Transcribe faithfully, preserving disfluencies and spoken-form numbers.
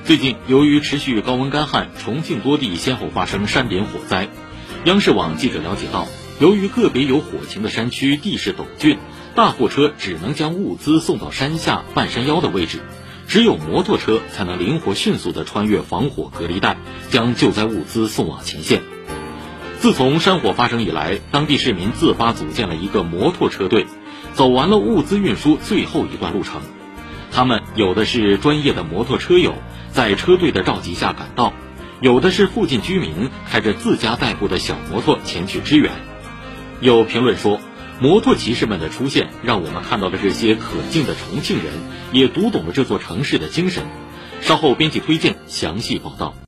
最近，由于持续高温干旱，重庆多地先后发生山点火灾。央视网记者了解到，由于个别有火情的山区地势陡峻，大货车只能将物资送到山下半山腰的位置，只有摩托车才能灵活迅速地穿越防火隔离带，将救灾物资送往前线。自从山火发生以来，当地市民自发组建了一个摩托车队，走完了物资运输最后一段路程。他们有的是专业的摩托车友，在车队的召集下赶到，有的是附近居民开着自家代步的小摩托前去支援。有评论说，摩托骑士们的出现让我们看到了这些可敬的重庆人，也读懂了这座城市的精神。稍后编辑推荐详细报道。